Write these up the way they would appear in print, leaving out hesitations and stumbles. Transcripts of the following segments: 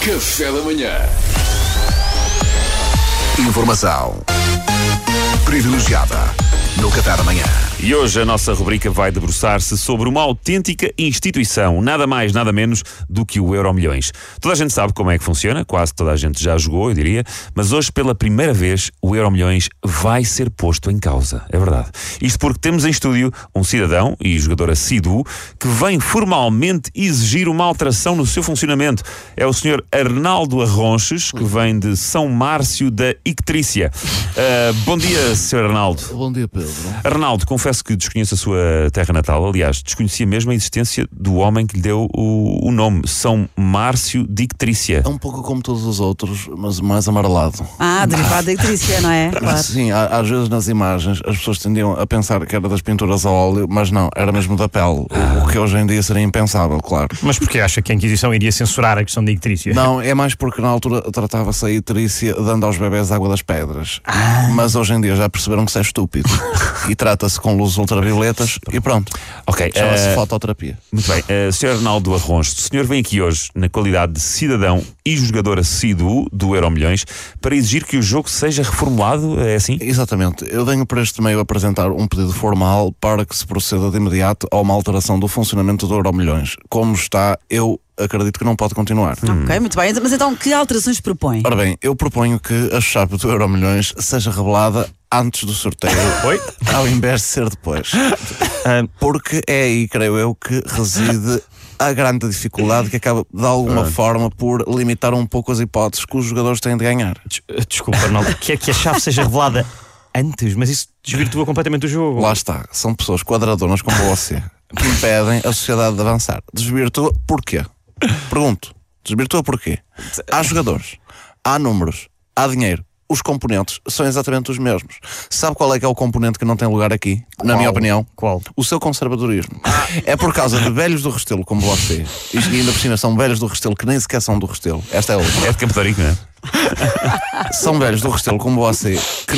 Café da manhã. Informação privilegiada no Café da manhã. E hoje a nossa rubrica vai debruçar-se sobre uma autêntica instituição, nada mais, nada menos do que o Euromilhões. Toda a gente sabe como é que funciona, quase toda a gente já jogou, eu diria, mas hoje, pela primeira vez, o Euromilhões vai ser posto em causa. É verdade. Isto porque temos em estúdio um cidadão e jogador assíduo que vem formalmente exigir uma alteração no seu funcionamento. É o Sr. Arnaldo Arronches, que vem de São Márcio da Ictrícia. Bom dia, Sr. Arnaldo. Bom dia, Pedro. Arnaldo, confesso que desconheço a sua terra natal. Aliás, desconhecia mesmo a existência do homem que lhe deu o nome, São Márcio de Ictrícia. É um pouco como todos os outros, mas mais amarelado. Derivado da Ictrícia, não é? Claro. Sim, às vezes nas imagens as pessoas tendiam a pensar que era das pinturas a óleo, mas não, era mesmo da pele. O que hoje em dia seria impensável, claro. Mas porquê acha que a Inquisição iria censurar a questão da ictrícia? Não, é mais porque na altura tratava-se a ictrícia dando aos bebés água das pedras. Mas hoje em dia já perceberam que isso é estúpido. E trata-se com luzes ultravioletas e pronto. Ok. Chama-se fototerapia. Muito bem. Sr. Arnaldo Arronches, o senhor vem aqui hoje na qualidade de cidadão e jogador assíduo do Euromilhões para exigir que o jogo seja reformulado, é assim? Exatamente. Eu venho para este meio apresentar um pedido formal para que se proceda de imediato a uma alteração do funcionamento do Euromilhões. Como está, eu acredito que não pode continuar. Ok, muito bem. Mas então, que alterações propõe? Ora bem, eu proponho que a chave do Euromilhões seja revelada antes do sorteio, ao invés de ser depois. Porque é aí, creio eu, que reside a grande dificuldade que acaba, de alguma forma, por limitar um pouco as hipóteses que os jogadores têm de ganhar. Desculpa, Arnaldo, que é que a chave seja revelada antes, mas isso desvirtua completamente o jogo. Lá está, são pessoas quadradonas como você que impedem a sociedade de avançar. Desvirtua porquê? Pergunto, desvirtua porquê? Há jogadores, há números, há dinheiro. Os componentes são exatamente os mesmos. Sabe qual é que é o componente que não tem lugar aqui? Na minha opinião? Qual? O seu conservadorismo. É por causa de velhos do Restelo como você, e ainda por cima são velhos do Restelo que nem sequer são do Restelo. Esta é a outra. É de Campo de Rico, não é? São velhos do Restelo como você que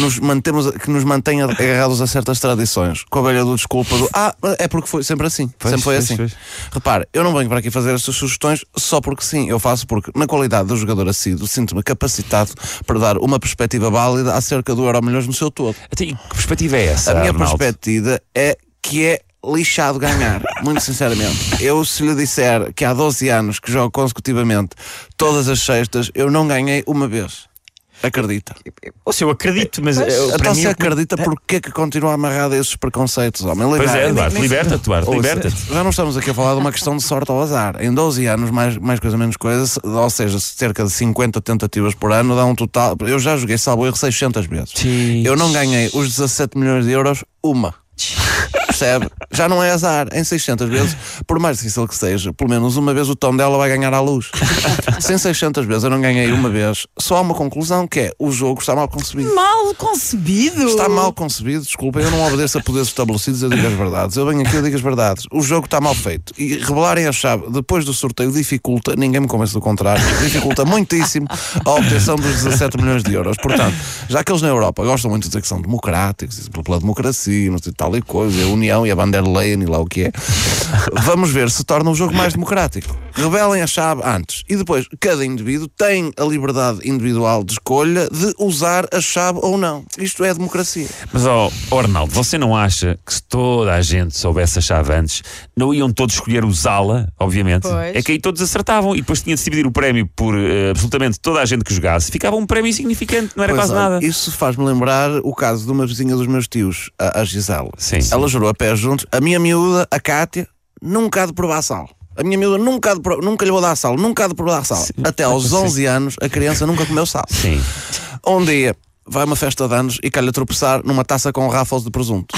nos mantêm agarrados a certas tradições, com a velha do desculpa do é porque foi sempre assim. Sempre foi assim. Repare, eu não venho para aqui fazer estas sugestões só porque sim. Eu faço porque, na qualidade de jogador assíduo, sinto-me capacitado para dar uma perspectiva válida acerca do Euromilhões no seu todo. Até que perspectiva é essa, A minha Arnaldo? perspectiva é que é lixado ganhar, muito sinceramente. Eu, se lhe disser que há 12 anos que jogo consecutivamente todas as sextas, eu não ganhei uma vez. Acredita? Ou seja, eu acredito, mas Então se acredita, porquê é que continua amarrado a esses preconeitos, homem? Pois é, Eduardo, liberta-te, Eduardo, liberta-te. Já não estamos aqui a falar de uma questão de sorte ou azar. Em 12 anos, mais coisa menos coisa, ou seja, cerca de 50 tentativas por ano, dá um total. Eu já joguei salvo erro 600 vezes. Sim. Eu não ganhei os 17 milhões de euros uma. Percebe? Já não é azar. Em 600 vezes, por mais difícil que seja, pelo menos uma vez o tom dela vai ganhar à luz. Se em 600 vezes eu não ganhei uma vez, só há uma conclusão, que é: o jogo está mal concebido. Mal concebido? Está mal concebido, desculpa, eu não obedeço a poderes estabelecidos, eu digo as verdades. Eu venho aqui, eu digo as verdades. O jogo está mal feito. E revelarem a chave depois do sorteio dificulta, ninguém me convence do contrário, dificulta muitíssimo a obtenção dos 17 milhões de euros. Portanto, já que eles na Europa gostam muito de dizer que são democráticos, pela democracia, e tal e coisa, a União e a van der Leyen e lá o que é, vamos ver se torna o jogo mais democrático. Revelem a chave antes e depois cada indivíduo tem a liberdade individual de escolha de usar a chave ou não. Isto é democracia. Mas, Arnaldo, você não acha que se toda a gente soubesse a chave antes, não iam todos escolher usá-la, obviamente? Pois. É que aí todos acertavam e depois tinha de se dividir o prémio por absolutamente toda a gente que jogasse. Ficava um prémio insignificante, não era Pois quase olha, nada. Isso faz-me lembrar o caso de uma vizinha dos meus tios, a Gisela. Sim. Ela jurou a pé juntos. A minha miúda, a Cátia, nunca há de provar sal. A minha miúda nunca lhe vou dar sal, nunca há de provar sal. Sim. Até aos 11 anos a criança nunca comeu sal. Sim. Um dia vai a uma festa de anos e calha tropeçar numa taça com Ruffles de presunto.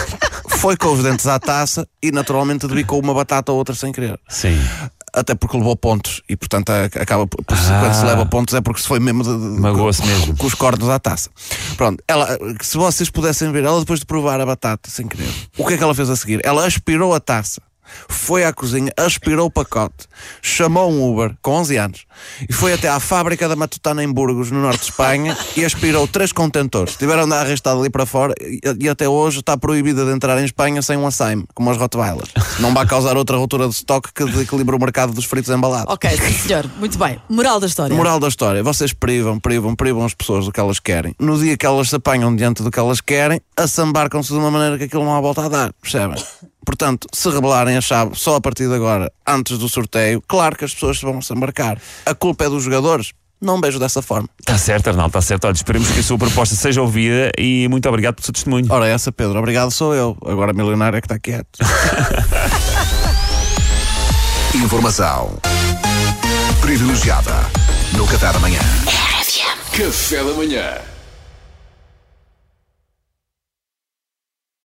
Foi com os dentes à taça e naturalmente debicou uma batata ou outra sem querer. Sim. Até porque levou pontos e portanto acaba quando se leva pontos é porque se foi mesmo Magoou-se mesmo. com os cornos à taça. Pronto, ela, se vocês pudessem ver, ela depois de provar a batata sem querer, o que é que ela fez a seguir? Ela aspirou a taça foi à cozinha, aspirou o pacote, chamou um Uber com 11 anos e foi até à fábrica da Matutana em Burgos, no norte de Espanha, e aspirou 3 contentores. Tiveram de andar arrastado ali para fora e até hoje está proibida de entrar em Espanha sem um açaime, como as Rottweilers. Não vai causar outra ruptura de estoque que desequilibre o mercado dos fritos embalados. Ok, sim, senhor. Muito bem. Moral da história. Moral da história, vocês privam as pessoas do que elas querem. No dia que elas se apanham diante do que elas querem, assambarcam-se de uma maneira que aquilo não há volta a dar, percebem? Portanto, se revelarem a chave só a partir de agora, antes do sorteio, claro que as pessoas se vão assambarcar. A culpa é dos jogadores? Não vejo dessa forma. Está certo, Arnaldo, está certo. Olha, esperemos que a sua proposta seja ouvida e muito obrigado pelo seu testemunho. Ora, essa, Pedro, obrigado sou eu. Agora milionário é que está quieto. Informação privilegiada no Café da Manhã. Café da Manhã.